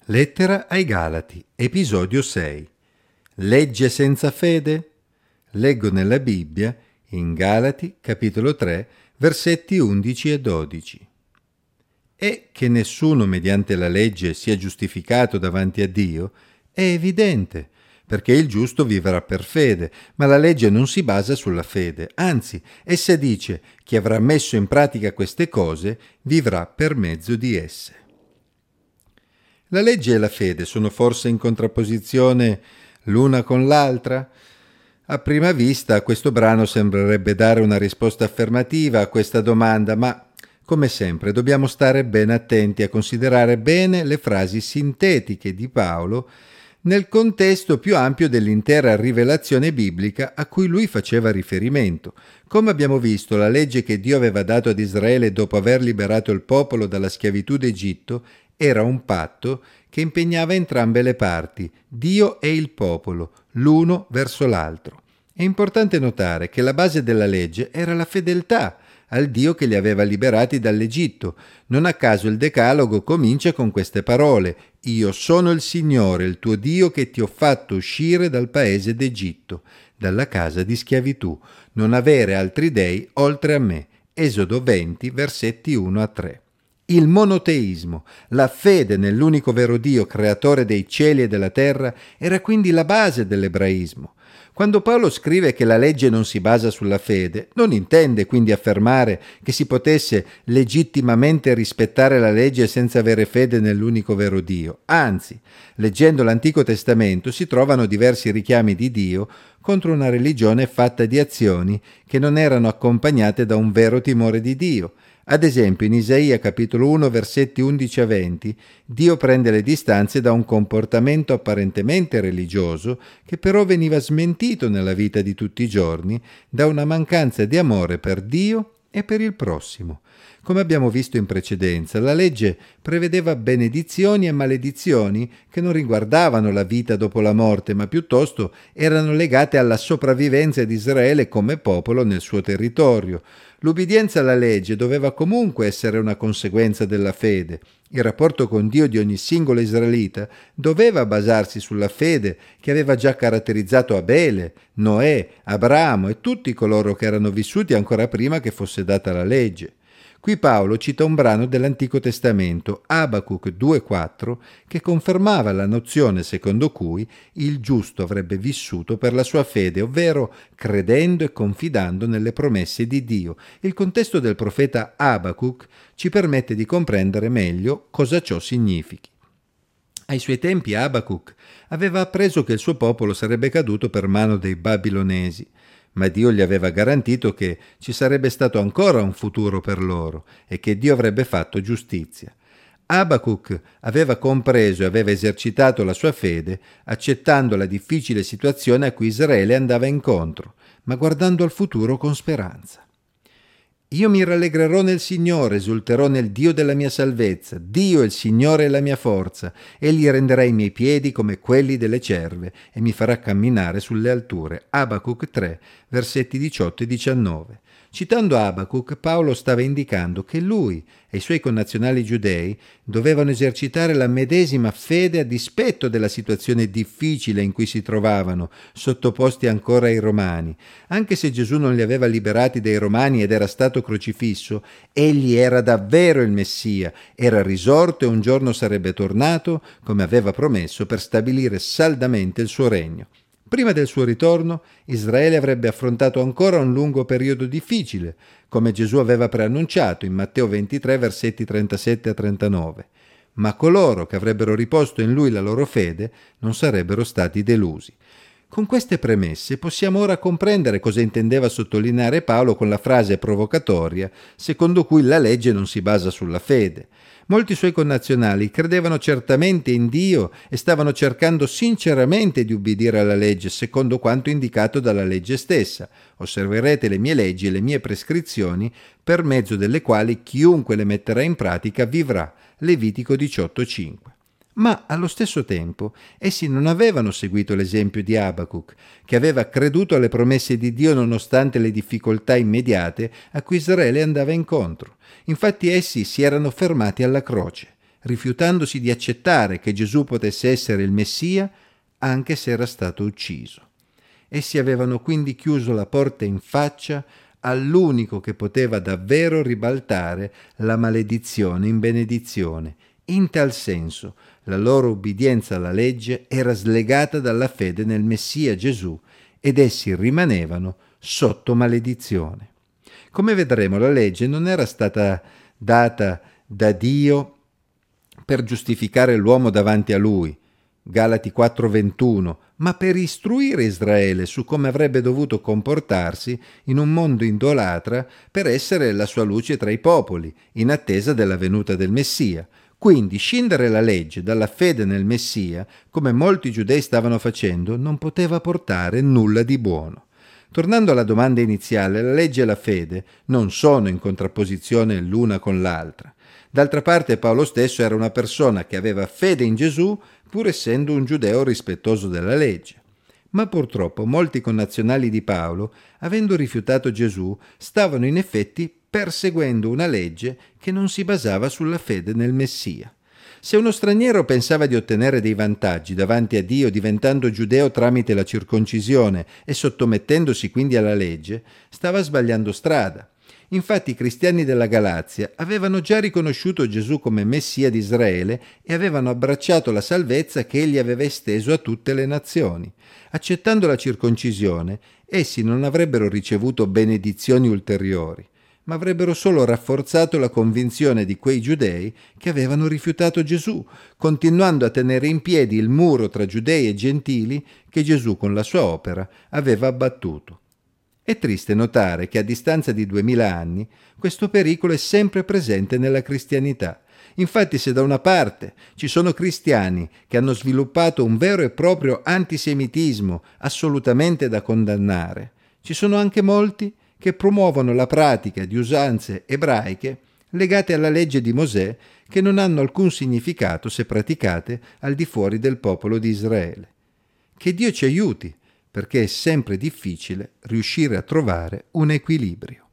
Lettera ai Galati, episodio 6. Legge senza fede? Leggo nella Bibbia, in Galati, capitolo 3, versetti 11 e 12. E che nessuno mediante la legge sia giustificato davanti a Dio è evidente, perché il giusto vivrà per fede, ma la legge non si basa sulla fede, anzi, essa dice: chi avrà messo in pratica queste cose vivrà per mezzo di esse. La legge e la fede sono forse in contrapposizione l'una con l'altra? A prima vista questo brano sembrerebbe dare una risposta affermativa a questa domanda, ma come sempre dobbiamo stare ben attenti a considerare bene le frasi sintetiche di Paolo nel contesto più ampio dell'intera rivelazione biblica a cui lui faceva riferimento. Come abbiamo visto, la legge che Dio aveva dato ad Israele dopo aver liberato il popolo dalla schiavitù d'Egitto era un patto che impegnava entrambe le parti, Dio e il popolo, l'uno verso l'altro. È importante notare che la base della legge era la fedeltà al Dio che li aveva liberati dall'Egitto. Non a caso il Decalogo comincia con queste parole: «Io sono il Signore, il tuo Dio, che ti ho fatto uscire dal paese d'Egitto, dalla casa di schiavitù. Non avere altri dei oltre a me». Esodo 20, versetti 1 a 3. Il monoteismo, la fede nell'unico vero Dio, creatore dei cieli e della terra, era quindi la base dell'ebraismo. Quando Paolo scrive che la legge non si basa sulla fede, non intende quindi affermare che si potesse legittimamente rispettare la legge senza avere fede nell'unico vero Dio. Anzi, leggendo l'Antico Testamento si trovano diversi richiami di Dio contro una religione fatta di azioni che non erano accompagnate da un vero timore di Dio. Ad esempio, in Isaia capitolo 1, versetti 11 a 20, Dio prende le distanze da un comportamento apparentemente religioso che però veniva smentito nella vita di tutti i giorni da una mancanza di amore per Dio e per il prossimo. Come abbiamo visto in precedenza, la legge prevedeva benedizioni e maledizioni che non riguardavano la vita dopo la morte, ma piuttosto erano legate alla sopravvivenza di Israele come popolo nel suo territorio. L'ubbidienza alla legge doveva comunque essere una conseguenza della fede. Il rapporto con Dio di ogni singolo israelita doveva basarsi sulla fede che aveva già caratterizzato Abele, Noè, Abramo e tutti coloro che erano vissuti ancora prima che fosse data la legge. Qui Paolo cita un brano dell'Antico Testamento, Abacuc 2,4, che confermava la nozione secondo cui il giusto avrebbe vissuto per la sua fede, ovvero credendo e confidando nelle promesse di Dio. Il contesto del profeta Abacuc ci permette di comprendere meglio cosa ciò significhi. Ai suoi tempi Abacuc aveva appreso che il suo popolo sarebbe caduto per mano dei babilonesi, ma Dio gli aveva garantito che ci sarebbe stato ancora un futuro per loro e che Dio avrebbe fatto giustizia. Abacuc aveva compreso e aveva esercitato la sua fede accettando la difficile situazione a cui Israele andava incontro, ma guardando al futuro con speranza. Io mi rallegrerò nel Signore, esulterò nel Dio della mia salvezza. Dio, il Signore, è la mia forza. Egli renderà i miei piedi come quelli delle cerve e mi farà camminare sulle alture. Abacuc 3, versetti 18 e 19. Citando Abacuc, Paolo stava indicando che lui e i suoi connazionali giudei dovevano esercitare la medesima fede a dispetto della situazione difficile in cui si trovavano, sottoposti ancora ai Romani. Anche se Gesù non li aveva liberati dai Romani ed era stato crocifisso, egli era davvero il Messia, era risorto e un giorno sarebbe tornato, come aveva promesso, per stabilire saldamente il suo regno. Prima del suo ritorno, Israele avrebbe affrontato ancora un lungo periodo difficile, come Gesù aveva preannunciato in Matteo 23, versetti 37 a 39. Ma coloro che avrebbero riposto in lui la loro fede non sarebbero stati delusi. Con queste premesse possiamo ora comprendere cosa intendeva sottolineare Paolo con la frase provocatoria secondo cui la legge non si basa sulla fede. Molti suoi connazionali credevano certamente in Dio e stavano cercando sinceramente di ubbidire alla legge secondo quanto indicato dalla legge stessa. Osserverete le mie leggi e le mie prescrizioni per mezzo delle quali chiunque le metterà in pratica vivrà. Levitico 18,5. Ma allo stesso tempo essi non avevano seguito l'esempio di Abacuc, che aveva creduto alle promesse di Dio nonostante le difficoltà immediate a cui Israele andava incontro. Infatti essi si erano fermati alla croce. rifiutandosi di accettare che Gesù potesse essere il Messia, anche se era stato ucciso. Essi avevano quindi chiuso la porta in faccia all'unico che poteva davvero ribaltare la maledizione in benedizione. In tal senso, la loro ubbidienza alla legge era slegata dalla fede nel Messia Gesù ed essi rimanevano sotto maledizione. Come vedremo, la legge non era stata data da Dio per giustificare l'uomo davanti a lui, Galati 4:21, ma per istruire Israele su come avrebbe dovuto comportarsi in un mondo idolatra per essere la sua luce tra i popoli, in attesa della venuta del Messia. Quindi scindere la legge dalla fede nel Messia, come molti giudei stavano facendo, non poteva portare nulla di buono. Tornando alla domanda iniziale, la legge e la fede non sono in contrapposizione l'una con l'altra. D'altra parte Paolo stesso era una persona che aveva fede in Gesù, pur essendo un giudeo rispettoso della legge. Ma purtroppo molti connazionali di Paolo, avendo rifiutato Gesù, stavano in effetti perseguendo una legge che non si basava sulla fede nel Messia. Se uno straniero pensava di ottenere dei vantaggi davanti a Dio diventando giudeo tramite la circoncisione e sottomettendosi quindi alla legge, stava sbagliando strada. Infatti i cristiani della Galazia avevano già riconosciuto Gesù come Messia di Israele e avevano abbracciato la salvezza che egli aveva esteso a tutte le nazioni. Accettando la circoncisione, essi non avrebbero ricevuto benedizioni ulteriori, ma avrebbero solo rafforzato la convinzione di quei giudei che avevano rifiutato Gesù, continuando a tenere in piedi il muro tra giudei e gentili che Gesù con la sua opera aveva abbattuto. È triste notare che a distanza di 2000 anni questo pericolo è sempre presente nella cristianità. Infatti, se da una parte ci sono cristiani che hanno sviluppato un vero e proprio antisemitismo assolutamente da condannare, ci sono anche molti che promuovono la pratica di usanze ebraiche legate alla legge di Mosè che non hanno alcun significato se praticate al di fuori del popolo di Israele. Che Dio ci aiuti, perché è sempre difficile riuscire a trovare un equilibrio.